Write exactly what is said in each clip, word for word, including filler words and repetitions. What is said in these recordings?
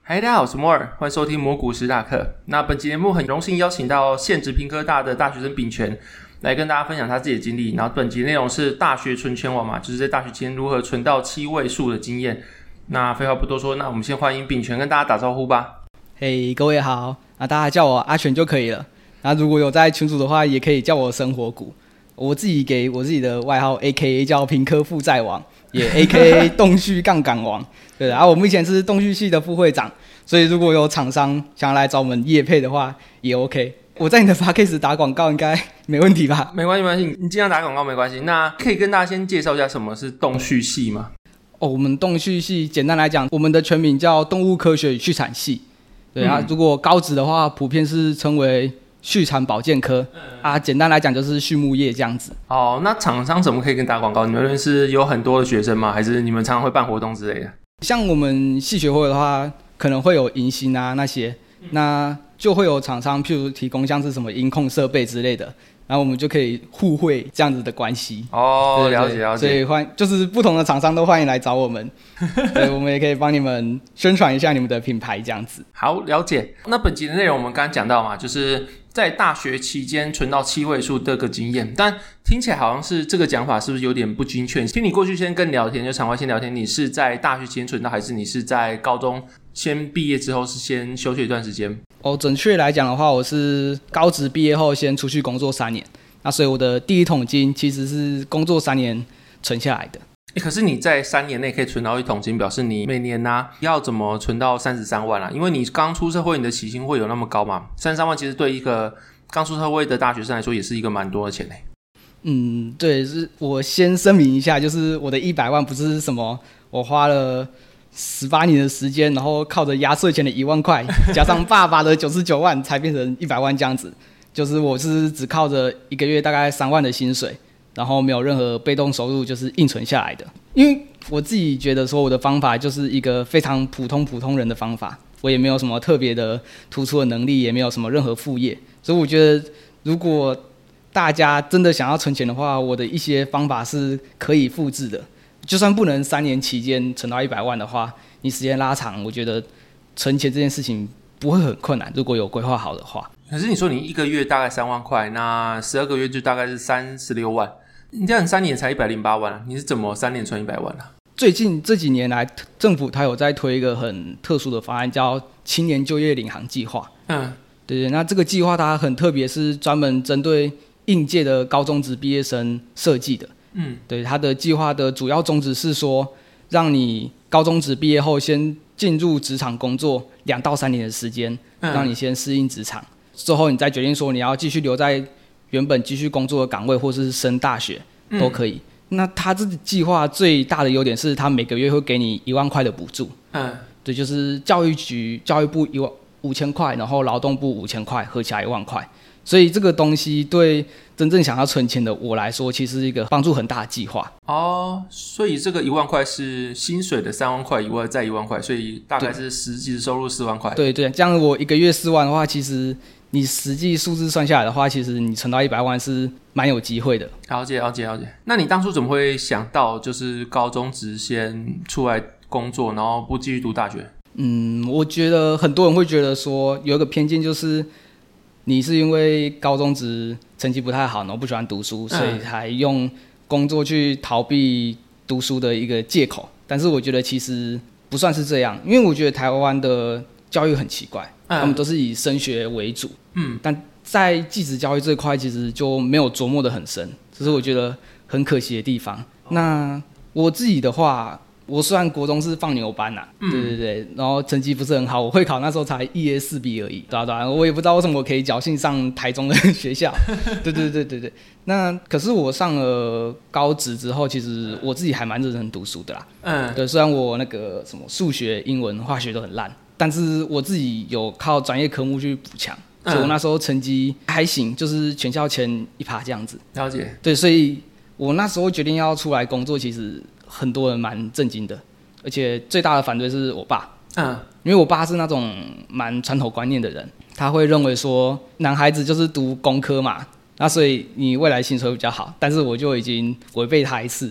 嗨，大家好，我是摩尔，欢迎收听魔股史塔克。那本期节目很荣幸邀请到现职屏科大的大学生秉权来跟大家分享他自己的经历。然后本集内容是大学存钱网嘛，就是在大学期间如何存到七位数的经验。那废话不多说，那我们先欢迎秉权跟大家打招呼吧。 嘿、hey, 各位好，那大家叫我阿全就可以了。那如果有在群组的话，也可以叫我生活股。我自己给我自己的外号 A K A 叫屏科负债王，也 A K A 动序杠杆王。对，然后我目前是动序系的副会长，所以如果有厂商想要来找我们业配的话，也 OK。我在你的 Podcast 打广告应该没问题吧？ 没关系，没关系，你尽量打广告没关系。那可以跟大家先介绍一下什么是动序系吗？ 哦，我们动序系简单来讲，我们的全名叫动物科学与畜产系。对啊，嗯、如果高职的话，普遍是称为畜产保健科、嗯、啊，简单来讲就是畜牧业这样子。 哦，那厂商怎么可以跟打广告？你们认识有很多的学生吗？还是你们常常会办活动之类的？ 像我们系学会的话，可能会有迎新啊那些，那就会有厂商，譬如提供像是什么音控设备之类的，然后我们就可以互惠这样子的关系。 哦，对对对，了解了解。 所以欢就是不同的厂商都欢迎来找我们，对，我们也可以帮你们宣传一下你们的品牌这样子。 好，了解。那本集的内容我们刚刚讲到嘛，就是在大学期间存到七位数这个经验，但听起来好像是这个讲法是不是有点不精确？听你过去先跟聊天，就场外先聊天，你是在大学期间存到，还是你是在高中先毕业之后是先休息一段时间？ 哦，准确来讲的话，我是高职毕业后先出去工作三年，那所以我的第一桶金其实是工作三年存下来的。 欸、可是你在三年内可以存到一桶金，表示你每年啊要怎么存到三十三万啊？因为你刚出社会，你的起薪会有那么高吗？三十三万其实对一个刚出社会的大学生来说，也是一个蛮多的钱嘞、欸。 嗯，对，是我先声明一下，就是我的一百万不是什么我花了十八年的时间，然后靠着压岁钱的一万块，加上爸爸的九十九万才变成一百万这样子。就是我是只靠着一个月大概三万的薪水，然后没有任何被动收入，就是硬存下来的。因为我自己觉得说我的方法就是一个非常普通普通人的方法，我也没有什么特别的突出的能力，也没有什么任何副业，所以我觉得如果大家真的想要存钱的话，我的一些方法是可以复制的。就算不能三年期间存到一百万的话，你时间拉长，我觉得存钱这件事情不会很困难，如果有规划好的话。 可是你说你一个月大概三万块，那十二个月就大概是三十六万，你这样三年才一百零八万啊，你是怎么三年存一百万啊？ 最近这几年来，政府它有在推一个很特殊的方案，叫青年就业领航计划。嗯，对对，那这个计划它很特别，是专门针对应届的高中职毕业生设计的。嗯，对，它的计划的主要宗旨是说，让你高中职毕业后先进入职场工作两到三年的时间，让你先适应职场，之后你再决定说你要继续留在原本继续工作的岗位，或是升大学都可以。嗯、那它这个计划最大的优点是，它每个月会给你一万块的补助。嗯，对，就是教育局、教育部一万五千块，然后劳动部五千块，合起来一万块。所以这个东西对真正想要存钱的我来说，其实是一个帮助很大的计划。 哦，所以这个一万块是薪水的三万块以外再一万块，所以大概是实际收入四万块。 对对，这样我一个月四万的话，其实你实际数字算下来的话，其实你存到一百万是蛮有机会的。 了解了解了解。那你当初怎么会想到就是高中职先出来工作，然后不继续读大学？ 嗯，我觉得很多人会觉得说有一个偏见，就是你是因为高中职成绩不太好，然后不喜欢读书，所以才用工作去逃避读书的一个借口。但是我觉得其实不算是这样，因为我觉得台湾的教育很奇怪，他们都是以升学为主，嗯，但在技职教育这块其实就没有琢磨得很深，这是我觉得很可惜的地方。那我自己的话，我虽然国中是放牛班啊，嗯、对对对，然后成绩不是很好，我会考那时候才一 A 四 B 而已，对啊对啊，我也不知道为什么我可以侥幸上台中的学校，对对对对对。那可是我上了高职之后，其实我自己还蛮认真读书的啦，嗯，对，虽然我那个什么数学、英文、化学都很烂，但是我自己有靠专业科目去补强，所以我那时候成绩还行，就是全校前一趴这样子。 了解。 对，所以我那时候决定要出来工作，其实很多人蛮震惊的，而且最大的反对是我爸，嗯，因为我爸是那种蛮传统观念的人，他会认为说男孩子就是读工科嘛，那所以你未来薪水会比较好，但是我就已经违背他一次，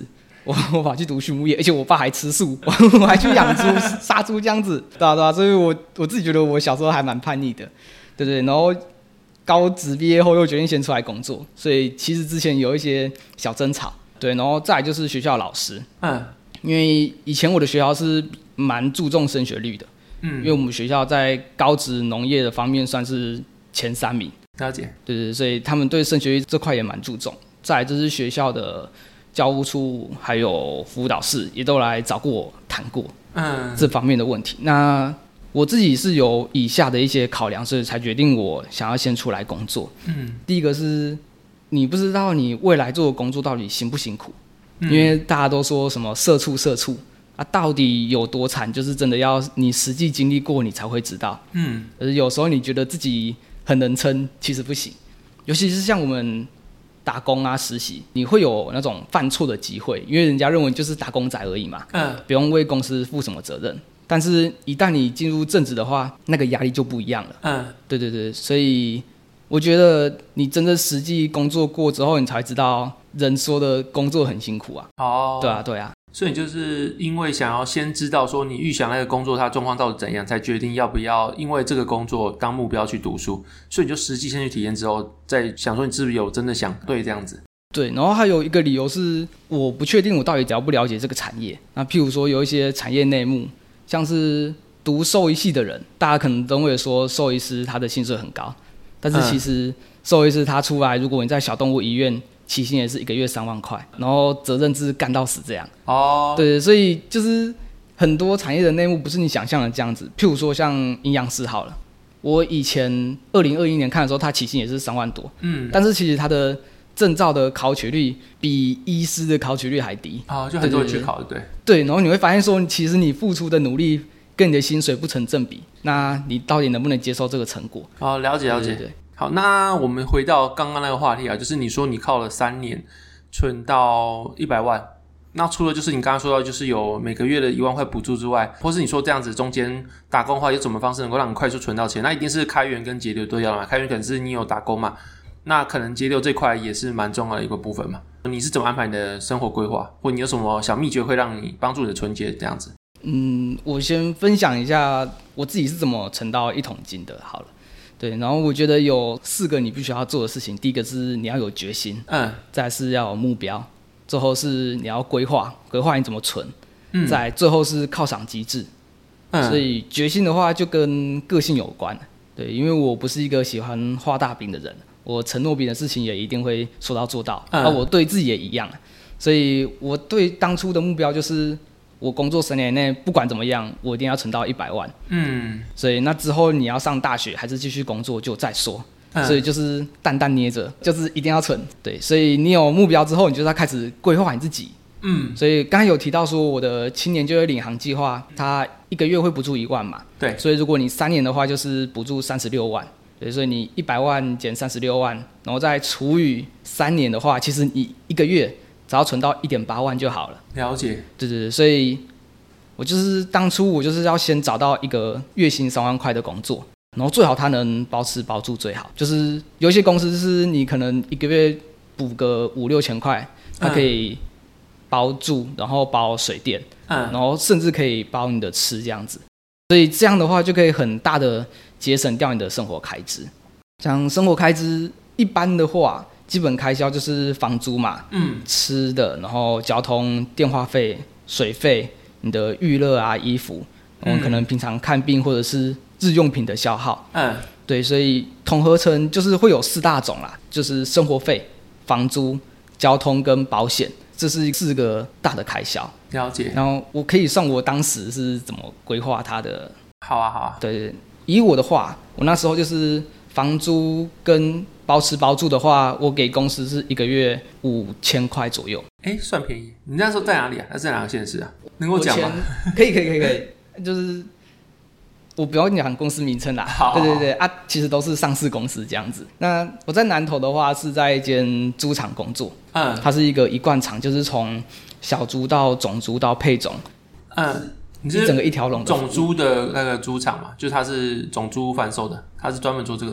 我我跑去读畜牧业，而且我爸还吃素，我还去养猪、杀猪这样子，对啊对啊，所以我我自己觉得我小时候还蛮叛逆的，对对，然后高职毕业后又决定先出来工作，所以其实之前有一些小争吵，对，然后再来就是学校老师，嗯，因为以前我的学校是蛮注重升学率的，嗯，因为我们学校在高职农业的方面算是前三名， 了解， 对对，所以他们对升学率这块也蛮注重。再来就是学校的教务处还有辅导室也都来找过我谈过，嗯，这方面的问题。那我自己是有以下的一些考量，所以才决定我想要先出来工作。嗯，第一个是你不知道你未来做的工作到底辛不辛苦，嗯，因为大家都说什么社畜社畜啊，到底有多惨，就是真的要你实际经历过你才会知道。嗯，可是有时候你觉得自己很能撑，其实不行，尤其是像我们打工啊、实习，你会有那种犯错的机会，因为人家认为就是打工仔而已嘛，嗯，不用为公司负什么责任。但是，一旦你进入正职的话，那个压力就不一样了。嗯，对对对，所以我觉得你真的实际工作过之后，你才知道人说的工作很辛苦啊。哦，对啊，对啊。 所以你就是因为想要先知道说你预想那个工作它状况到底怎样，才决定要不要因为这个工作当目标去读书，所以你就实际先去体验之后，再想说你是不是有真的想对这样子。 对，然后还有一个理由是我不确定我到底了不了解这个产业。那譬如说有一些产业内幕，像是读兽医系的人，大家可能都会说兽医师他的薪水很高，但是其实兽医师他出来，如果你在小动物医院，起薪也是一个月三万块，然后责任制干到死这样。哦，对，所以就是很多产业的内幕不是你想象的这样子。譬如说像营养师好了，我以前二零二一年看的时候，他起薪也是三万多，嗯，但是其实他的证照的考取率比医师的考取率还低。 哦，就很多人去考，对对。对，然后你会发现说，其实你付出的努力跟你的薪水不成正比，那你到底能不能接受这个成果？ 哦，了解了解。对对对。好，那我们回到刚刚那个话题啊，就是你说你靠了三年存到一百万，那除了就是你刚刚说到就是有每个月的一万块补助之外，或是你说这样子中间打工的话，有什么方式能够让你快速存到钱？那一定是开源跟节流都要嘛。开源可能是你有打工嘛，那可能节流这块也是蛮重要的一个部分嘛。你是怎么安排你的生活规划，或你有什么小秘诀会让你帮助你的存节这样子？ 嗯，我先分享一下我自己是怎么存到一桶金的。好了。对，然后我觉得有四个你必须要做的事情。第一个是你要有决心，嗯，再来是要有目标，最后是你要规划，规划你怎么存，嗯，再来最后是犒赏机制。嗯，所以决心的话就跟个性有关。对，因为我不是一个喜欢画大饼的人，我承诺别人的事情也一定会说到做到，嗯，而我对自己也一样。所以我对当初的目标就是，我工作十年内不管怎么样，我一定要存到一百万。嗯，所以那之后你要上大学还是继续工作就再说。嗯，所以就是淡淡捏着，就是一定要存。对，所以你有目标之后，你就是要开始规划你自己。嗯，所以刚才有提到说我的青年就业领航计划，它一个月会补助一万嘛。对，所以如果你三年的话，就是补助三十六万。对，所以你一百万减三十六万，然后再除以三年的话，其实你一个月只要存到 一点八万就好了。 了解。 对对对，所以我就是当初我就是要先找到一个月薪三万块的工作，然后最好它能包吃包住最好。就是有一些公司是你可能一个月补个五六千块，它可以包住，然后包水电，嗯，然后甚至可以包你的吃这样子。所以这样的话就可以很大的节省掉你的生活开支。像生活开支一般的话，基本开销就是房租嘛，嗯，吃的，然后交通、电话费、水费，你的娱乐啊、衣服，我们可能平常看病或者是日用品的消耗，嗯，对，所以统合成就是会有四大种啦，就是生活费、房租、交通跟保险，这是四个大的开销。 了解。 然后我可以算我当时是怎么规划它的。 好啊，好啊。 对对，以我的话，我那时候就是房租跟包吃包住的话，我给公司是一个月五千块左右。 哎，算便宜。你那时候在哪里啊？那是在哪个县市啊？能够讲吗？ 可以，可以，可以，可以。就是我不要讲公司名称啦。好。对对对啊，其实都是上市公司这样子。那我在南投的话是在一间猪场工作。嗯。它是一个一贯厂，就是从小猪到种猪到配种。嗯。你是整个一条龙种猪的那个猪场嘛？就是它是种猪贩售的，它是专门做这个的嘛？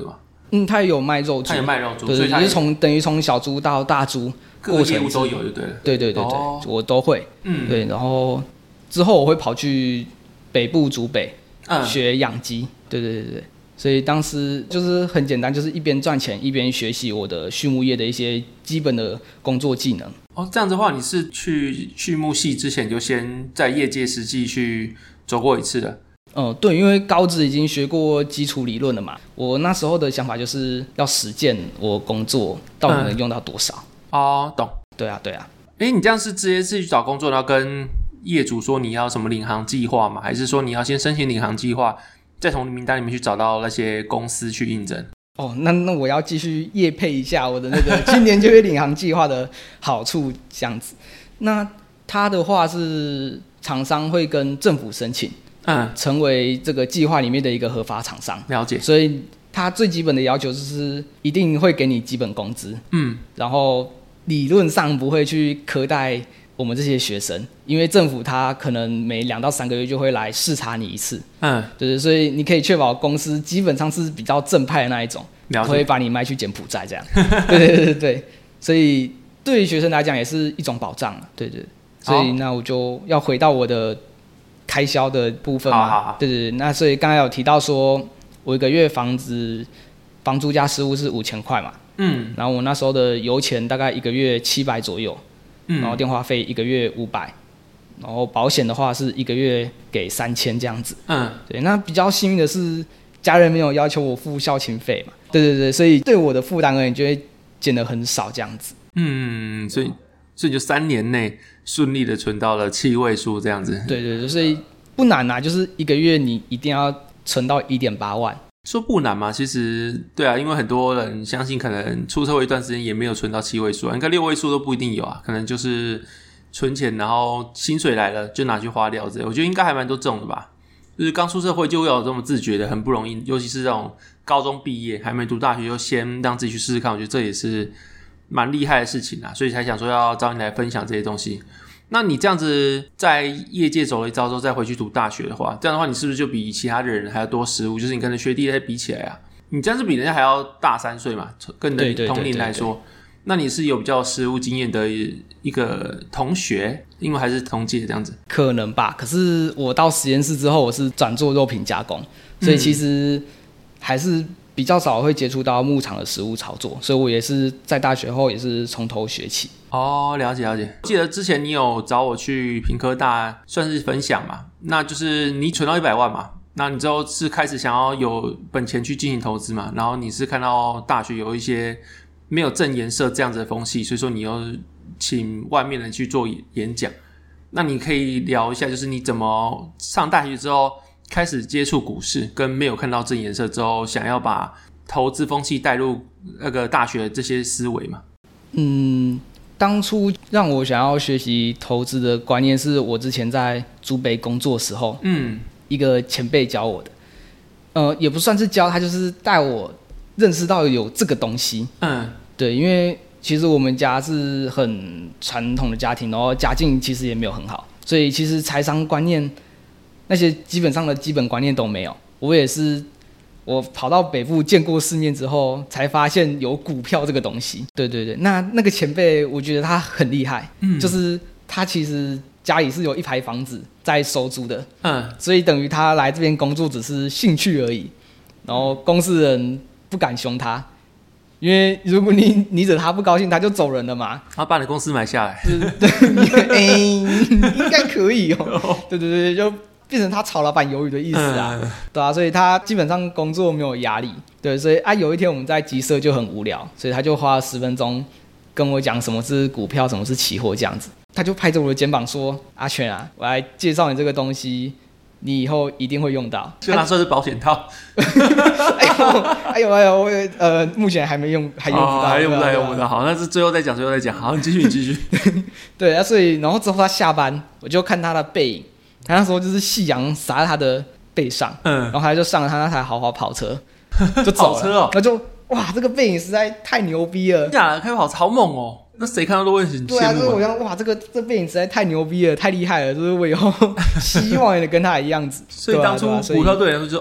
嗯，他也有卖肉猪， 他也卖肉猪， 对， 所以他就是从等于从小猪到大猪， 各个业务都有就对了。 对对对对，哦、我都会。 嗯， 对，然后之后我会跑去北部竹北、嗯、学养鸡。对对对对，所以当时就是很简单，就是一边赚钱一边学习我的畜牧业的一些基本的工作技能。 哦，这样子的话，你是去畜牧系之前就先在业界实际去走过一次的？ 嗯，对，因为高职已经学过基础理论了嘛，我那时候的想法就是要实践我工作到底能用到多少。 嗯、哦，懂。 对啊，对啊。 哎，你这样是直接去找工作，然后跟业主说你要什么领航计划吗？还是说你要先申请领航计划，再从名单里面去找到那些公司去应征？ 哦，那那我要继续业配一下我的那个青年就业领航计划的好处，这样子。那他的话是厂商会跟政府申请。嗯，成为这个计划里面的一个合法厂商。 了解。 所以他最基本的要求就是一定会给你基本工资。嗯，然后理论上不会去苛待我们这些学生，因为政府他可能每两到三个月就会来视察你一次。嗯，对，所以你可以确保公司基本上是比较正派的那一种，不会把你卖去柬埔寨这样。对对对对对，所以对于学生来讲也是一种保障。对对，所以那我就要回到我的开销的部分嘛，好好好，对对对，那所以刚才有提到说，我一个月房子、房租加食物是五千块嘛，嗯，然后我那时候的油钱大概一个月七百左右，嗯，然后电话费一个月五百，然后保险的话是一个月给三千这样子，嗯，对，那比较幸运的是家人没有要求我付孝亲费嘛，对对对，所以对我的负担而言就会减得很少这样子， 嗯，所以所以就三年内顺利的存到了七位数这样子。 对对对，所以不难啊，就是一个月你一定要存到 一点八万。 说不难嘛，其实对啊，因为很多人相信可能出社会一段时间也没有存到七位数啊，应该六位数都不一定有啊，可能就是存钱然后薪水来了就拿去花掉之类，我觉得应该还蛮多这种的吧。就是刚出社会就有这么自觉的很不容易，尤其是这种高中毕业还没读大学就先让自己去试试看，我觉得这也是蛮厉害的事情啊，所以才想说要找你来分享这些东西。那你这样子在业界走了一遭之后再回去读大学的话，这样的话你是不是就比其他的人还要多实务？就是你跟学弟比起来啊，你这样是比人家还要大三岁嘛，跟你的同龄来说，对对对对对，那你是有比较实务经验的一个同学，因为还是同届这样子？ 可能吧，可是我到实验室之后我是转做肉品加工，所以其实还是比较少会接触到牧场的实务操作，所以我也是在大学后也是从头学起。 哦，了解了解。记得之前你有找我去屏科大算是分享嘛，那就是你存到一百万嘛，那你之后是开始想要有本钱去进行投资嘛，然后你是看到大学有一些没有正颜色这样子的风气，所以说你又请外面人去做演讲，那你可以聊一下就是你怎么上大学之后开始接触股市，跟没有看到正颜色之后想要把投资风气带入那个大学这些思维嘛。 嗯，当初让我想要学习投资的观念是我之前在竹北工作的时候，嗯，一个前辈教我的，呃，也不算是教，他就是带我认识到有这个东西，嗯，对，因为其实我们家是很传统的家庭，然后家境其实也没有很好，所以其实财商观念那些基本上的基本观念都没有。我也是我跑到北部见过世面之后才发现有股票这个东西。对对对，那那个前辈我觉得他很厉害，嗯，就是他其实家里是有一排房子在收租的，嗯，所以等于他来这边工作只是興趣而已，然后公司人不敢凶他，因为如果你你惹他不高兴他就走人了嘛， 他把你公司买下来， 对对，哎、欸，应该可以哦，对对对，就变成他炒老板鱿鱼的意思啊，嗯、对啊，所以他基本上工作没有压力，对，所以啊有一天我们在集社就很无聊，所以他就花了十分钟跟我讲什么是股票，什么是期货这样子，他就拍着我的肩膀说：“阿全啊，我来介绍你这个东西，你以后一定会用到。” 就拿说是保险套。 哎呦哎呦哎呦，我呃目前还没用，还用不到，哦、 还用不到，还用不到。好，那是最后再讲，最后再讲。好，你继续，你继续。 对啊，所以然后之后他下班，我就看他的背影。他那时候就是夕阳洒在他的背上，嗯，然后他就上了他那台豪华跑车，就走了。 跑车哦， 那就哇，这个背影实在太牛逼了！ 假的，开跑车好猛哦！那谁看到都会很羡慕。 对啊，就是我想，哇，这个这背影实在太牛逼了，太厉害了，就是我以后希望也跟他一样子。 所以当初股票对你来说就是哦，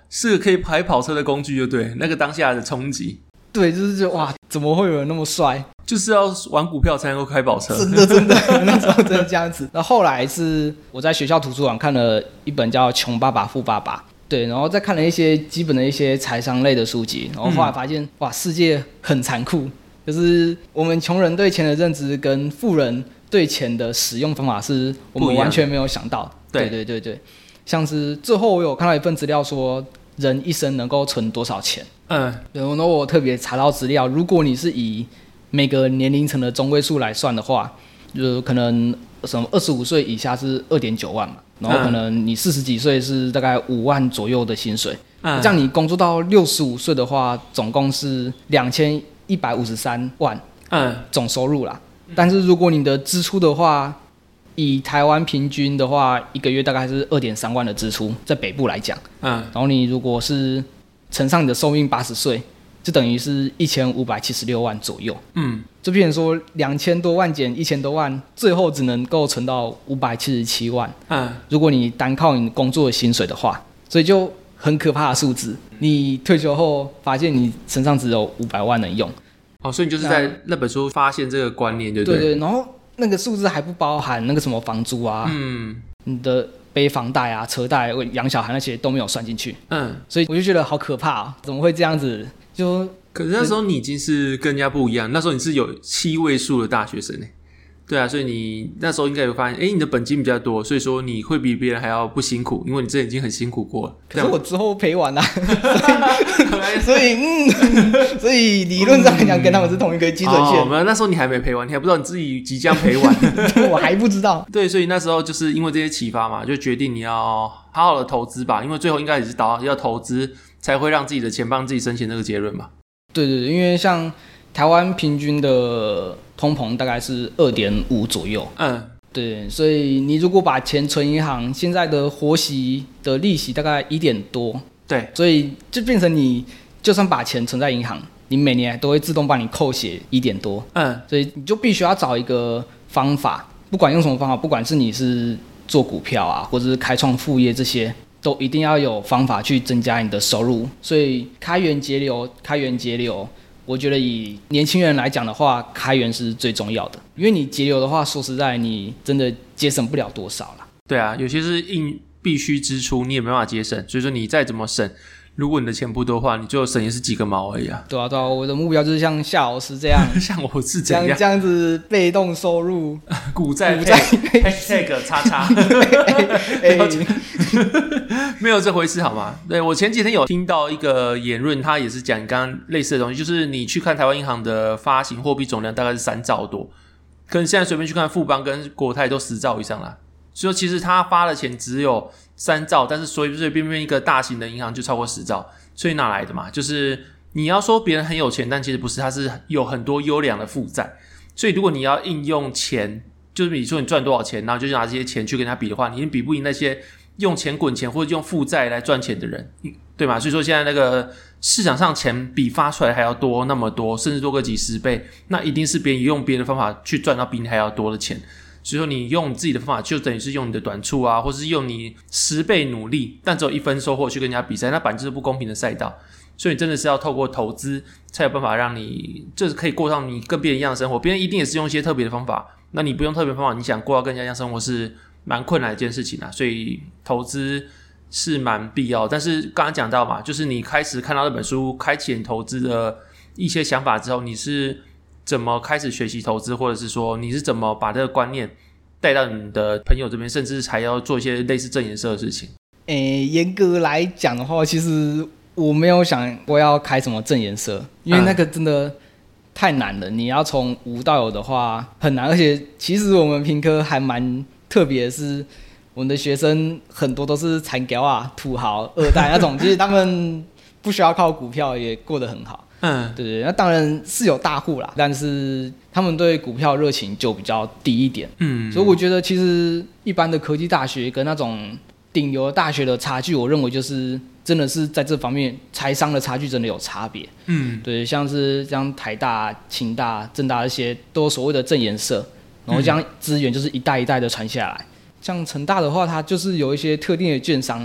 是个可以开跑车的工具就对，那个当下的冲击。 对，就是就哇，怎么会有人那么帅？ 就是要玩股票才能够开跑车， 真的真的，那时候真的这样子。那后来是我在学校图书馆看了一本叫《穷爸爸富爸爸》，对，然后再看了一些基本的一些财商类的书籍，然后后来发现、嗯、哇，世界很残酷，就是我们穷人对钱的认知跟富人对钱的使用方法是我们完全没有想到的。对对对对，像是最后我有看到一份资料说，人一生能够存多少钱？嗯，然后我特别查到资料，如果你是以每个年龄层的中位数来算的话，就可能什么二十五岁以下是二点九万嘛，然后可能你四十几岁是大概五万左右的薪水，嗯，这样你工作到六十五岁的话，总共是两千一百五十三万，嗯，总收入啦。但是如果你的支出的话，以台湾平均的话，一个月大概是二点三万的支出，在北部来讲，嗯，然后你如果是乘上你的寿命八十岁，就等于是一千五百七十六万左右，嗯，就变成说两千多万减一千多万，最后只能够存到五百七十七万，嗯，如果你单靠你工作的薪水的话，所以就很可怕的数字。你退休后发现你身上只有五百万能用， 哦，所以你就是在那本书发现这个观念，对不对？ 对对，然后那个数字还不包含那个什么房租啊，嗯，你的背房贷啊、车贷、养小孩那些都没有算进去，嗯，所以我就觉得好可怕啊，怎么会这样子？就可是那时候你已经是跟人家不一样，那时候你是有七位数的大学生耶，对啊，所以你那时候应该有发现，哎，你的本金比较多，所以说你会比别人还要不辛苦，因为你之前已经很辛苦过了。 可是我之后赔完了、啊，所以所以嗯，所以理论上来讲，跟他们是同一个基准线。 哦，没有，那时候你还没赔完，你还不知道你自己即将赔完， 我还不知道。 对，所以那时候就是因为这些启发嘛，就决定你要好好的投资吧，因为最后应该也是导要投资才会让自己的钱帮自己生钱这个结论嘛。 对对对，因为像台湾平均的通膨大概是 二点五 左右，嗯，对，所以你如果把钱存银行，现在的活息的利息大概一点多， 对， 所以就变成你就算把钱存在银行，你每年都会自动帮你扣血一点多，嗯，所以你就必须要找一个方法，不管用什么方法，不管是你是做股票啊，或者是开创副业这些，都一定要有方法去增加你的收入。所以开源节流，开源节流。我觉得以年轻人来讲的话，开源是最重要的，因为你节流的话，说实在，你真的节省不了多少啦。 对啊，有些是硬必须支出，你也没办法节省，所以说你再怎么省，如果你的钱不多的话，你最后省也是几个毛而已啊。 对啊，对啊，我的目标就是像夏老师这样， 像我是这样这样子被动收入， 股债配 hashtag 叉叉，没有这回事好吗？对，我前几天有听到一个言论，他也是讲刚刚类似的东西，就是你去看台湾银行的发行货币总量大概是三兆多，可能现在随便去看富邦跟国泰都十兆以上啦。所以其实他发的钱只有三兆，但是随随便便一个大型的银行就超过十兆，所以哪来的嘛？就是你要说别人很有钱，但其实不是，他是有很多优良的负债。所以如果你要应用钱，就是你说你赚多少钱，然后就拿这些钱去跟他比的话，你一定比不赢那些用钱滚钱或者用负债来赚钱的人，对吗？所以说现在那个市场上钱比发出来还要多那么多，甚至多个几十倍，那一定是别人用别的方法去赚到比你还要多的钱。所以说你用你自己的方法，就等于是用你的短处啊，或是用你十倍努力但只有一分收获去跟人家比赛，那本来就是不公平的赛道。所以你真的是要透过投资才有办法让你就是可以过上你跟别人一样的生活，别人一定也是用一些特别的方法，那你不用特别的方法，你想过到跟人家一样生活是蛮困难的一件事情啊。所以投资是蛮必要，但是刚刚讲到嘛，就是你开始看到这本书开启你投资的一些想法之后，你是怎么开始学习投资，或者是说你是怎么把这个观念带到你的朋友这边，甚至还要做一些类似正颜色的事情？ 诶，严格来讲的话，其实我没有想过要开什么正颜色，因为那个真的太难了。你要从无到有的话很难，而且其实我们屏科还蛮特别的是，我们的学生很多都是残屌啊、土豪、二代那种，其实他们不需要靠股票也过得很好。嗯，对对，那当然是有大户啦，但是他们对股票热情就比较低一点。嗯，所以我觉得其实一般的科技大学跟那种顶流大学的差距，我认为就是真的是在这方面财商的差距真的有差别。嗯，对，像是像台大、清大、政大这些都有所谓的正颜色，然后这样资源就是一代一代的传下来。像成大的话，它就是有一些特定的券商，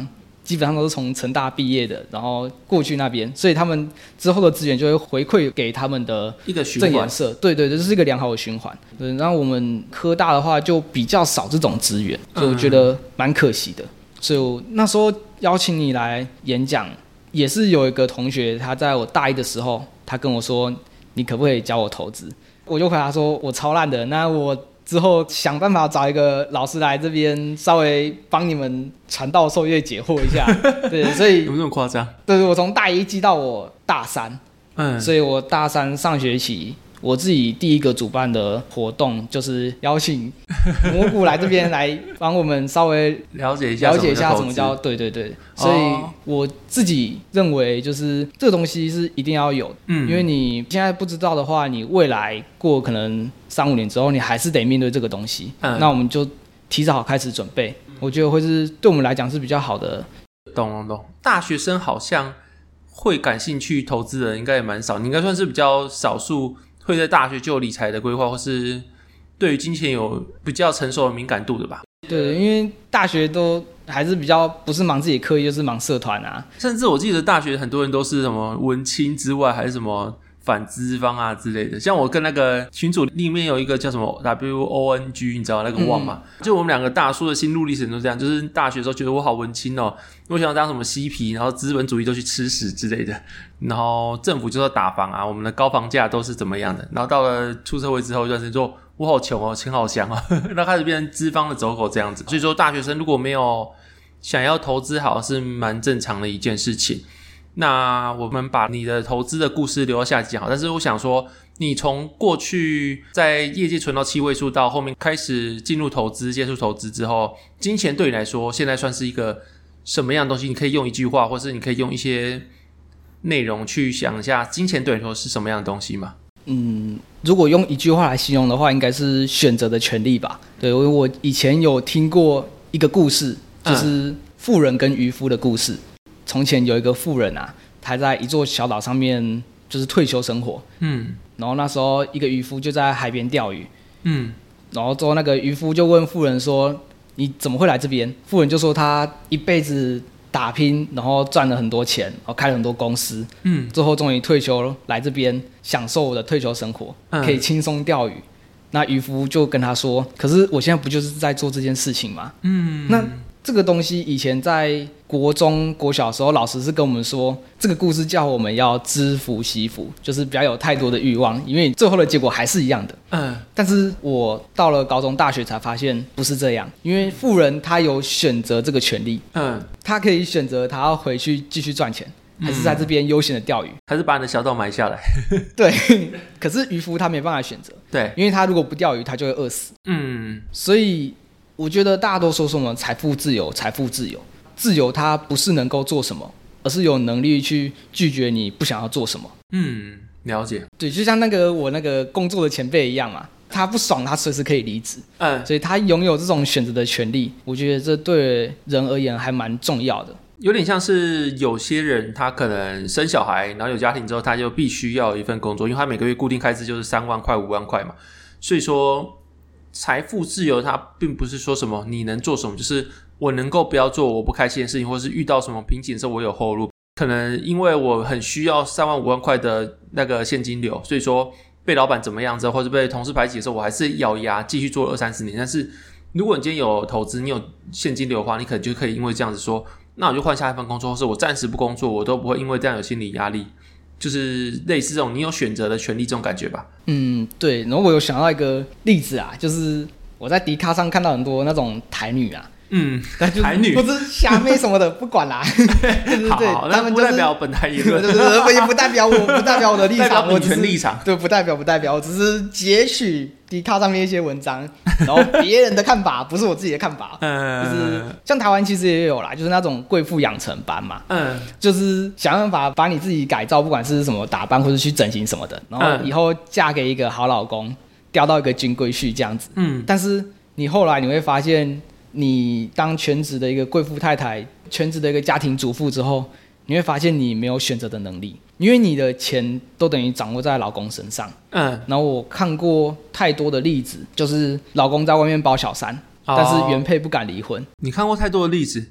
基本上都是从成大毕业的，然后过去那边，所以他们之后的资源就会回馈给他们的一个循环，正颜色，对对，这是一个良好的循环。对，然后我们科大的话就比较少这种资源，所以我觉得蛮可惜的。嗯、所以我那时候邀请你来演讲，也是有一个同学，他在我大一的时候，他跟我说，你可不可以教我投资？我就回答说，我超烂的，那我之后想办法找一个老师来这边稍微帮你们传道授业解惑一下。对，所以有没有那么夸张？ 对，我从大一记到我大三，嗯，所以我大三上学期我自己第一个主办的活动就是邀请蘑菇来这边来帮我们稍微了解一下了解一下什么叫对对对，所以我自己认为就是这个东西是一定要有，嗯，因为你现在不知道的话，你未来过可能三五年之后，你还是得面对这个东西，嗯，那我们就提早开始准备，我觉得会是对我们来讲是比较好的。 懂懂懂，大学生好像会感兴趣投资的人应该也蛮少，你应该算是比较少数会在大学就有理财的规划，或是对于金钱有比较成熟的敏感度的吧？ 对，因为大学都还是比较不是忙自己课业，就是忙社团啊。 甚至我记得大学很多人都是什么文青之外，还是什么反资方啊之类的。像我跟那个群组里面有一个叫什么 W O N G， 你知道那个旺嘛？嗯、就我们两个大叔的心路历程都这样，就是大学的时候觉得我好文青哦，我想要当什么嬉皮，然后资本主义都去吃屎之类的。然后政府就要打房啊，我们的高房价都是怎么样的。然后到了出社会之后，就是说我好穷哦，钱好香哦，那开始变成资方的走狗这样子。所以说大学生如果没有想要投资，好像是蛮正常的一件事情。那我们把你的投资的故事留到下集好，但是我想说，你从过去在业界存到七位数，到后面开始进入投资、接触投资之后，金钱对你来说，现在算是一个什么样的东西？你可以用一句话，或是你可以用一些内容去想一下，金钱对你来说是什么样的东西吗？ 嗯，如果用一句话来形容的话，应该是选择的权利吧。对，我以前有听过一个故事，就是富人跟渔夫的故事。从前有一个富人啊，他在一座小岛上面就是退休生活，嗯，然后那时候一个渔夫就在海边钓鱼，嗯，然后之后那个渔夫就问富人说：“你怎么会来这边？”富人就说他一辈子打拼，然后赚了很多钱，然后开了很多公司，嗯，最后终于退休来这边享受我的退休生活，嗯、可以轻松钓鱼。那渔夫就跟他说：“可是我现在不就是在做这件事情吗？”嗯，那这个东西以前在国中、国小的时候，老师是跟我们说，这个故事叫我们要知福惜福，就是不要有太多的欲望，因为最后的结果还是一样的。嗯，但是我到了高中、大学才发现不是这样，因为富人他有选择这个权利，嗯，他可以选择他要回去继续赚钱，还是在这边悠闲的钓鱼， 还是把你的小岛买下来。 对，可是渔夫他没办法选择， 对， 因为他如果不钓鱼，他就会饿死。嗯，所以我觉得大家都说什么财富自由，财富自由，自由它不是能够做什么，而是有能力去拒绝你不想要做什么。 嗯，了解。 对，就像那个我那个工作的前辈一样嘛，他不爽，他随时可以离职。嗯，所以他拥有这种选择的权利，我觉得这对人而言还蛮重要的。 有点像是有些人他可能生小孩，然后有家庭之后，他就必须要有一份工作，因为他每个月固定开支就是三万块、五万块嘛，所以说。财富自由它并不是说什么你能做什么，就是我能够不要做我不开心的事情，或是遇到什么瓶颈的时候我有后路。可能因为我很需要三万五万块的那个现金流，所以说被老板怎么样之后，或者被同事排挤的时候，我还是咬牙继续做二三十年。但是如果你今天有投资，你有现金流的话，你可能就可以因为这样子说，那我就换下一份工作，或是我暂时不工作，我都不会因为这样有心理压力。就是类似这种你有选择的权利这种感觉吧。 嗯，对。然后我有想到一个例子啊，就是我在迪卡上看到很多那种台女啊，嗯， 台女或者虾妹什么的，不管啦。对对对， 好，那不代表本台言论， 对对对，也不代表我，不代表我的立场， 代表本权立场， 对，不代表不代表，我只是截取迪卡上面一些文章，然后别人的看法，不是我自己的看法。嗯，就是像台湾其实也有啦，就是那种贵妇养成班嘛，嗯，就是想办法把你自己改造，不管是什么打扮或者去整形什么的，然后以后嫁给一个好老公，钓到一个金龟婿这样子。嗯，但是你后来你会发现。你当全职的一个贵妇太太，全职的一个家庭主妇之后，你会发现你没有选择的能力，因为你的钱都等于掌握在老公身上。嗯，然后我看过太多的例子，就是老公在外面包小三，哦、但是原配不敢离婚。 你看过太多的例子，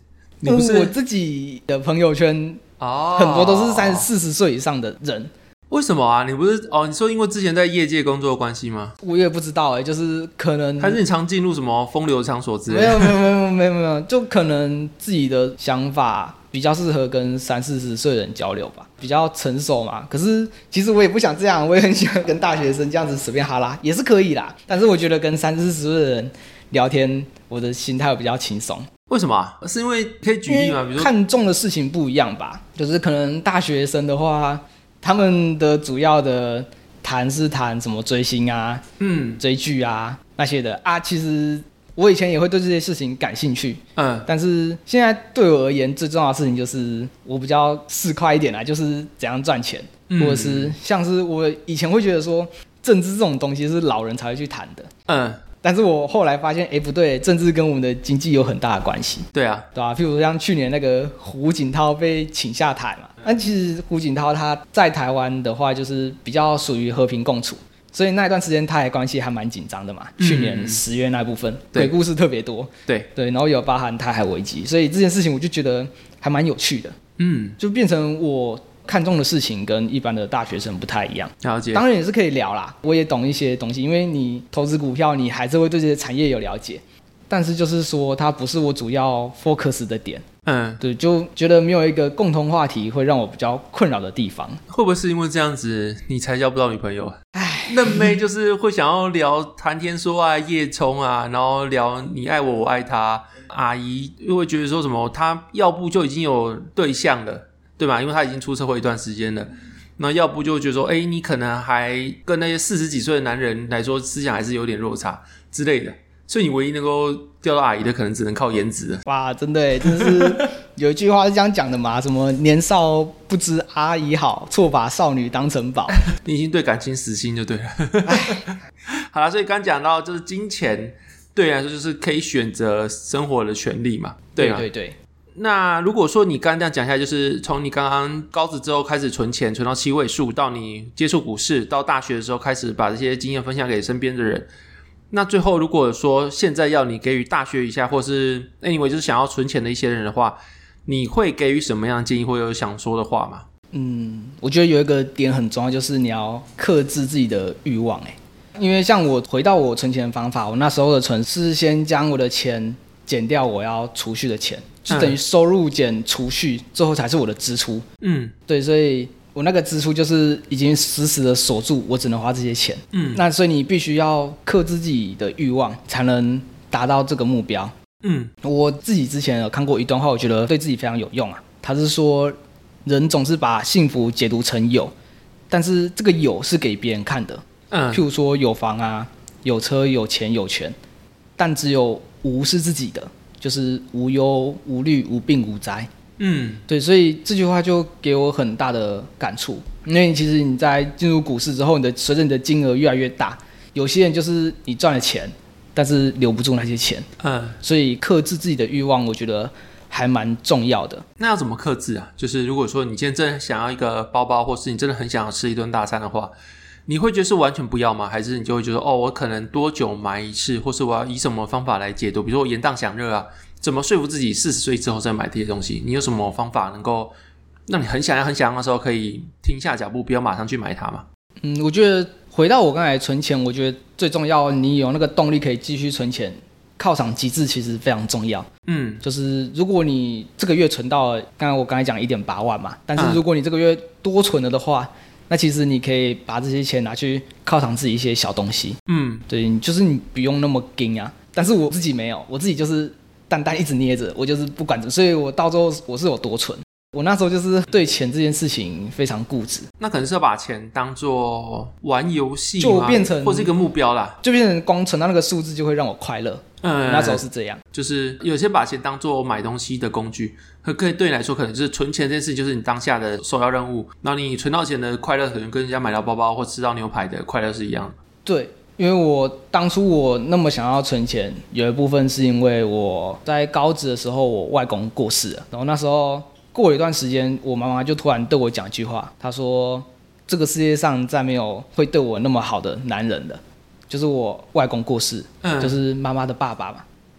你不是我自己的朋友圈哦，很多都是三十四十岁以上的人。 为什么啊？你不是哦？你说因为之前在业界工作的关系吗？ 我也不知道哎、欸，就是可能还是你常进入什么风流场所之类的？ 没有没有没有没有没有，就可能自己的想法比较适合跟三四十岁的人交流吧，比较成熟嘛。可是其实我也不想这样，我也很想跟大学生这样子随便哈拉，也是可以啦。但是我觉得跟三四十岁的人聊天，我的心态会比较轻松。 为什么啊？是因为可以举例吗？比如说看重的事情不一样吧，就是可能大学生的话，他们的主要的谈是谈什么追星啊、嗯、追剧啊那些的啊。其实我以前也会对这些事情感兴趣，嗯，但是现在对我而言最重要的事情就是我比较市侩一点啦，就是怎样赚钱，嗯、或者是像是我以前会觉得说政治这种东西是老人才会去谈的，嗯。但是我后来发现，哎，不对，政治跟我们的经济有很大的关系。 对啊， 对啊，譬如像去年那个胡锦涛被请下台嘛，那其实胡锦涛他在台湾的话，就是比较属于和平共处，所以那一段时间他的关系还蛮紧张的嘛。嗯、去年十月那部分，鬼故事特别多。对对，然后有包含台海危机，所以这件事情我就觉得还蛮有趣的。嗯，就变成我看重的事情跟一般的大学生不太一样，了解。当然也是可以聊啦，我也懂一些东西，因为你投资股票，你还是会对这些产业有了解。但是就是说，它不是我主要 focus 的点。嗯，对，就觉得没有一个共同话题会让我比较困扰的地方。 会不会是因为这样子，你才交不到女朋友？唉，嫩妹就是会想要聊谈天说爱、夜冲啊，然后聊你爱我，我爱他。阿姨又会觉得说什么，她要不就已经有对象了。对吧？因为他已经出社会一段时间了，那要不就觉得说，哎，你可能还跟那些四十几岁的男人来说，思想还是有点落差之类的，所以你唯一能够钓到阿姨的，可能只能靠颜值了。 哇，真的耶，真的是有一句话是这样讲的嘛？什么年少不知阿姨好，错把少女当成宝。 你已经对感情死心就对了。好啦，所以刚讲到就是金钱对你来说就是可以选择生活的权利嘛，对吗？ 对对对。 那如果说你刚刚这样讲下来，就是从你刚刚高职之后开始存钱，存到七位数，到你接触股市，到大学的时候开始把这些经验分享给身边的人。那最后如果说现在要你给予大学以下或是 anyway 就是想要存钱的一些人的话，你会给予什么样的建议或有想说的话吗？ 嗯，我觉得有一个点很重要，就是你要克制自己的欲望。欸，因为像我回到我存钱的方法，我那时候的存是先将我的钱减掉我要储蓄的钱，就等于收入减储蓄，最后才是我的支出。嗯，对，所以我那个支出就是已经死死的锁住，我只能花这些钱。嗯，那所以你必须要克制自己的欲望，才能达到这个目标。嗯，我自己之前有看过一段话，我觉得对自己非常有用啊。他是说，人总是把幸福解读成有，但是这个有是给别人看的。嗯，譬如说有房啊，有车，有钱，有权，但只有无是自己的，就是无忧无虑、无病无灾。嗯，对，所以这句话就给我很大的感触。因为其实你在进入股市之后，你的随着你的金额越来越大，有些人就是你赚了钱，但是留不住那些钱。嗯，所以克制自己的欲望，我觉得还蛮重要的。 那要怎么克制啊？就是如果说你今天真的想要一个包包，或是你真的很想要吃一顿大餐的话，你会觉得是完全不要吗？还是你就会觉得哦，我可能多久买一次，或是我要以什么方法来解读？比如说我延宕享热啊，怎么说服自己四十岁之后再买这些东西？你有什么方法能够让你很想要、很想要的时候可以停下脚步，不要马上去买它吗？ 嗯，我觉得回到我刚才存钱，我觉得最重要，你有那个动力可以继续存钱，犒赏机制其实非常重要。嗯，就是如果你这个月存到了，刚才我刚才讲 一点八万嘛，但是如果你这个月多存了的话，嗯，那其实你可以把这些钱拿去犒赏自己一些小东西。嗯，对，就是你不用那么紧啊。但是我自己没有，我自己就是单单一直捏着，我就是不管着，所以我到最后我是有多存。我那时候就是对钱这件事情非常固执。 那可能是要把钱当作玩游戏吗？ 就变成或是一个目标啦， 就变成光存到那个数字就会让我快乐。嗯，那时候是这样， 就是有些把钱当作买东西的工具，可以对你来说可能就是存钱这件事就是你当下的首要任务，然后你存到钱的快乐可能跟人家买到包包或吃到牛排的快乐是一样的。 对，因为我当初我那么想要存钱，有一部分是因为我在高职的时候我外公过世了，然后那时候过了一段时间，我妈妈就突然对我讲一句话，她说这个世界上再没有会对我那么好的男人了。就是我外公过世，嗯，就是妈妈的爸爸嘛。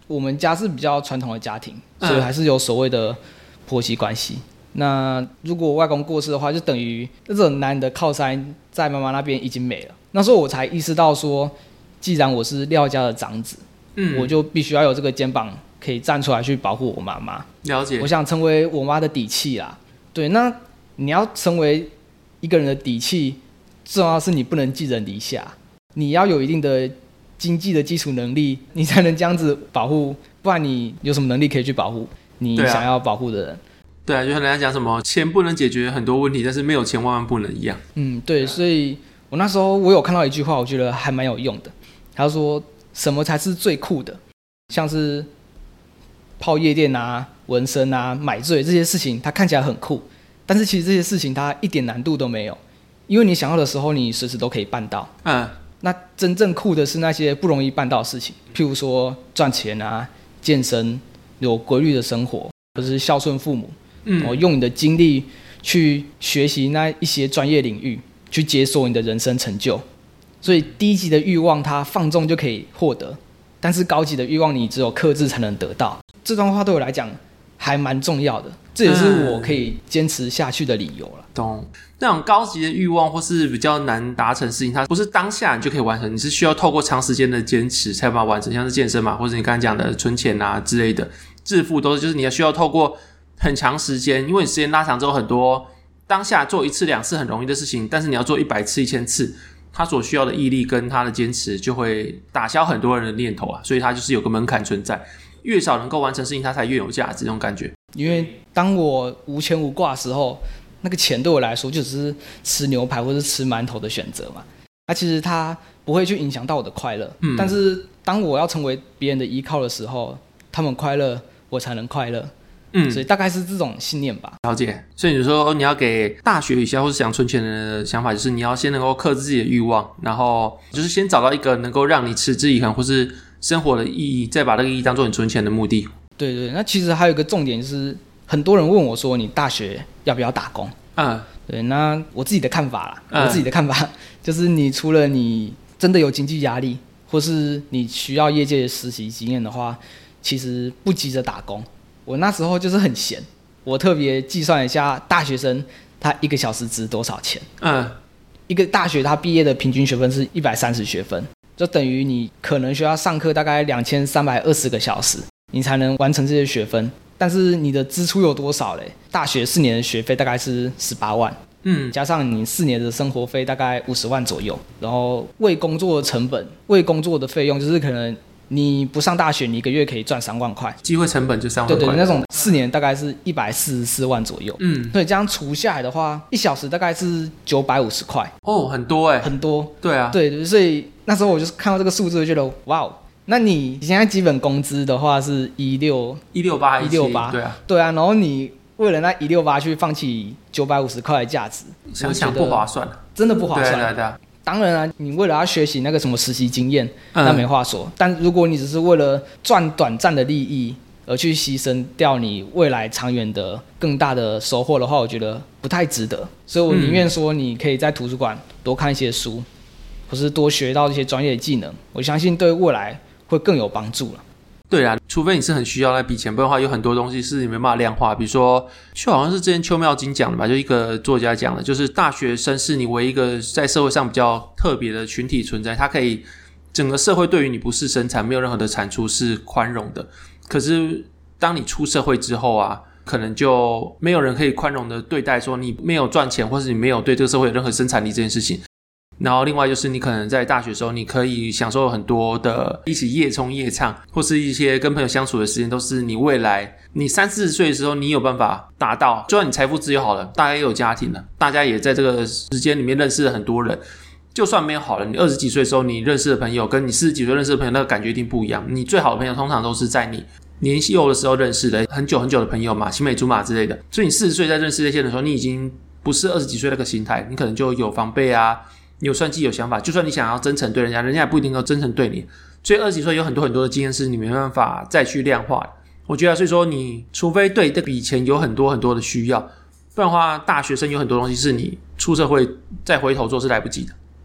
我们家是比较传统的家庭，所以还是有所谓的婆媳关系。那如果外公过世的话，就等于这种男的靠山在妈妈那边已经没了。那时候我才意识到说，既然我是廖家的长子，嗯，我就必须要有这个肩膀可以站出来去保护我妈妈。 了解， 我想成为我妈的底气啦。对，那你要成为一个人的底气，重要的是你不能寄人篱下，你要有一定的经济的基础能力，你才能这样子保护，不然你有什么能力可以去保护你想要保护的人？ 对啊，就像人家讲什么钱不能解决很多问题，但是没有钱万万不能一样。 嗯，对，所以我那时候我有看到一句话，我觉得还蛮有用的。他说什么才是最酷的？像是泡夜店啊、纹身啊、买醉这些事情，它看起来很酷，但是其实这些事情它一点难度都没有，因为你想要的时候，你随时都可以办到。嗯，那真正酷的是那些不容易办到的事情，譬如说赚钱啊、健身、有规律的生活，或者是孝顺父母。嗯，哦，用你的精力去学习那一些专业领域，去解锁你的人生成就。所以低级的欲望它放纵就可以获得，但是高级的欲望你只有克制才能得到。这段话对我来讲还蛮重要的，这也是我可以坚持下去的理由了。 懂，那种高级的欲望或是比较难达成的事情，它不是当下你就可以完成，你是需要透过长时间的坚持才把它完成，像是健身嘛，或者你刚才讲的存钱啊之类的，致富都是就是你要需要透过很长时间，因为你时间拉长之后，很多当下做一次两次很容易的事情，但是你要做一百次一千次，他所需要的毅力跟他的坚持就会打消很多人的念头啊，所以他就是有个门槛存在，越少能够完成事情，他才越有价值，这种感觉。 因为当我无牵无挂的时候，那个钱对我来说就只是吃牛排或是吃馒头的选择嘛，那、啊、其实它不会去影响到我的快乐、嗯、但是当我要成为别人的依靠的时候，他们快乐我才能快乐。嗯，所以大概是这种信念吧。 了解。所以你说你要给大学以下或是想存钱的想法，就是你要先能够克制自己的欲望，然后就是先找到一个能够让你持之以恒或是生活的意义，再把这个意义当做你存钱的目的。 对对，那其实还有一个重点就是，很多人问我说，你大学要不要打工？嗯，对，那我自己的看法啦，嗯、我自己的看法就是，你除了你真的有经济压力，或是你需要业界的实习经验的话，其实不急着打工。我那时候就是很闲，我特别计算一下大学生他一个小时值多少钱。嗯，一个大学他毕业的平均学分是一百三十学分，就等于你可能需要上课大概两千三百二十个小时，你才能完成这些学分。但是你的支出有多少嘞？大学四年的学费大概是十八万，嗯，加上你四年的生活费大概五十万左右，然后为工作的成本、为工作的费用，就是可能你不上大学，你一个月可以赚三万块， 机会成本就三万块。 对对，那种四年大概是一百四十四万左右。嗯，所以这样除下来的话，一小时大概是九百五十块。 哦，很多哎、欸， 很多。 对啊， 对对，所以那时候我就看到这个数字，就觉得哇哦。那你现在基本工资的话是一六一六八一六八， 对啊， 对啊，然后你为了那一六八去放弃九百五十块的价值， 想想不划算， 真的不划算。 对对对。 当然啊，你为了要学习那个什么实习经验，那没话说。嗯、但如果你只是为了赚短暂的利益而去牺牲掉你未来长远的更大的收获的话，我觉得不太值得。所以我宁愿说，你可以在图书馆多看一些书，或是多学到一些专业技能，我相信对未来会更有帮助了。 对啊，除非你是很需要那笔钱，不然的话有很多东西是你没办法量化。比如说，就好像是之前邱妙金讲的吧，就一个作家讲的，就是大学生是你唯一一个在社会上比较特别的群体存在，它可以整个社会对于你不是生产没有任何的产出是宽容的。可是当你出社会之后啊，可能就没有人可以宽容的对待说你没有赚钱，或是你没有对这个社会有任何生产力这件事情。然后另外就是你可能在大学的时候，你可以享受很多的一起夜冲夜唱，或是一些跟朋友相处的时间，都是你未来你三四十岁的时候你有办法达到。就算你财富自由好了，大家也有家庭了，大家也在这个时间里面认识了很多人，就算没有好了，你二十几岁的时候你认识的朋友跟你四十几岁认识的朋友那个感觉一定不一样。你最好的朋友通常都是在你年幼的时候认识的，很久很久的朋友嘛，青梅竹马之类的。所以你四十岁在认识这些人的时候，你已经不是二十几岁那个心态，你可能就有防备啊，你有算计有想法，就算你想要真诚对人家，人家也不一定能够真诚对你。所以二十几岁有很多很多的经验是你没办法再去量化的。我觉得所以说你除非对这笔钱有很多很多的需要，不然的话大学生有很多东西是你出社会再回头做是来不及的。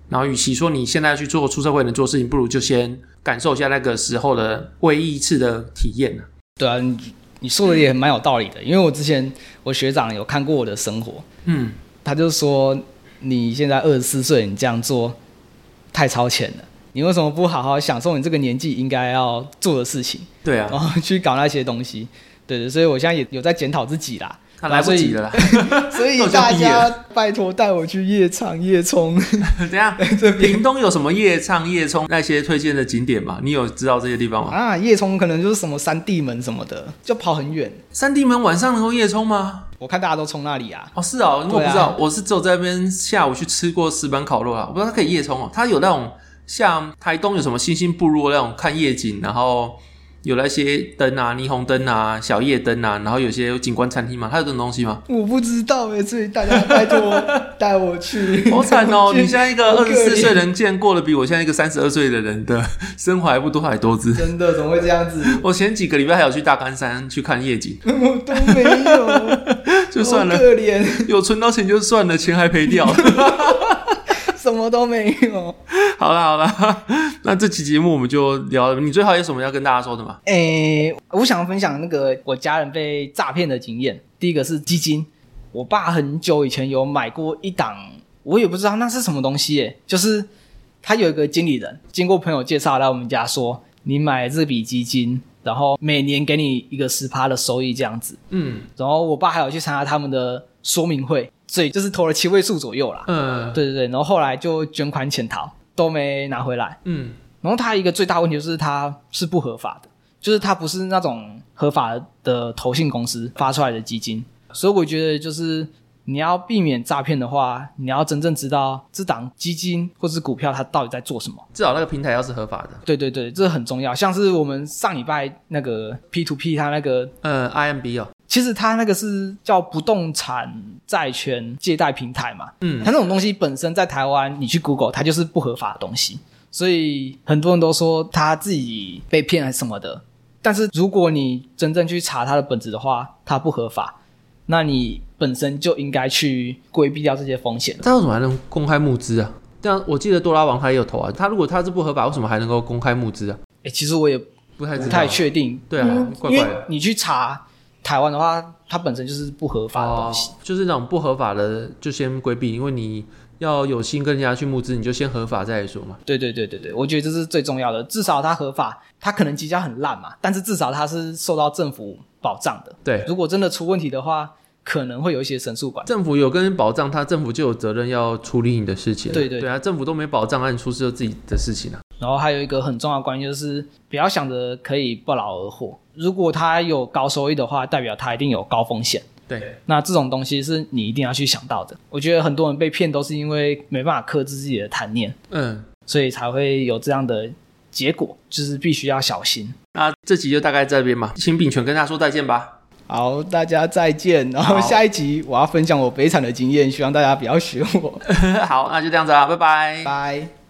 然后与其说你现在去做出社会能做事情，不如就先感受一下那个时候的唯一一次的体验、啊、 对啊，你你说的也蛮有道理的，因为我之前我学长有看过我的生活，嗯，他就说你现在二十四岁，你这样做太超前了，你为什么不好好享受你这个年纪应该要做的事情？ 对啊， 然后去搞那些东西，对对，所以我现在也有在检讨自己啦。 他来不及了啦， 所以大家拜托带我去夜唱夜冲。 等一下，屏东有什么夜唱夜冲那些推荐的景点吗？你有知道这些地方吗？ 啊，夜冲可能就是什么三地门什么的，就跑很远。 三地门晚上能够夜冲吗？ 我看大家都冲那里啊。 哦，是哦，我不知道，啊、我是只有在那边下午去吃过石板烤肉啊，我不知道它可以夜冲哦。它有那种像台东有什么星星部落那种看夜景，然后。有那些灯啊，霓虹灯啊，小夜灯啊，然后有些景观餐厅嘛，它有这种东西吗？ 我不知道哎、欸，所以大家拜托带我去。 好惨哦！你现在一个二十四岁人，竟然过得比我现在一个三十二岁的人的生活还不多还多姿。 真的怎么会这样子？ 我前几个礼拜还有去大冈山去看夜景， 我都没有， 就算了， 好可怜。 有存到钱就算了，钱还赔掉了。 什么都没有。 好啦好啦，那这期节目我们就聊了。你最后有什么要跟大家说的吗？ 诶、欸，我想分享那个我家人被诈骗的经验。第一个是基金，我爸很久以前有买过一档，我也不知道那是什么东西耶，就是他有一个经理人，经过朋友介绍来我们家说，你买这笔基金，然后每年给你一个 百分之十 的收益这样子。嗯，然后我爸还有去参加他们的说明会，所以就是投了七位数左右啦。嗯，对对对，然后后来就捐款潜逃，都没拿回来。嗯，然后他一个最大问题就是他是不合法的，就是他不是那种合法的投信公司发出来的基金，所以我觉得就是你要避免诈骗的话，你要真正知道这档基金或是股票它到底在做什么， 至少那个平台要是合法的。 对对对，这很重要。像是我们上礼拜那个 P to P 它那个呃 I M B 哦， 其实它那个是叫不动产债权借贷平台嘛，嗯，它那种东西本身在台湾你去 Google 它就是不合法的东西，所以很多人都说他自己被骗还是什么的，但是如果你真正去查它的本质的话，它不合法，那你本身就应该去规避掉这些风险。 他为什么还能公开募资啊？这样我记得多拉王他也有投啊，他如果他是不合法，为什么还能够公开募资啊？ 欸，其实我也不太知道， 不太确定。 对啊，嗯，怪怪的。 因为你去查台湾的话，它本身就是不合法的东西， 哦，就是那种不合法的就先规避，因为你要有心跟人家去募资，你就先合法再来说嘛。 对对对对对，我觉得这是最重要的，至少它合法，它可能绩效很烂嘛，但是至少它是受到政府保障的。 对， 如果真的出问题的话，可能会有一些申诉管。 政府有跟人保障，他政府就有责任要处理你的事情。 对对 对, 对啊，政府都没保障，那你出事就自己的事情啊。 然后还有一个很重要的观念就是不要想着可以不劳而获，如果它有高收益的话，代表它一定有高风险。 对， 那这种东西是你一定要去想到的。我觉得很多人被骗都是因为没办法克制自己的贪念，嗯，所以才会有这样的结果，就是必须要小心。 那这集就大概这边吧，请秉权跟大家说再见吧。 好，大家再见。然后下一集我要分享我悲惨的经验，希望大家不要学我。 好，那就这样子啦，拜拜。 拜。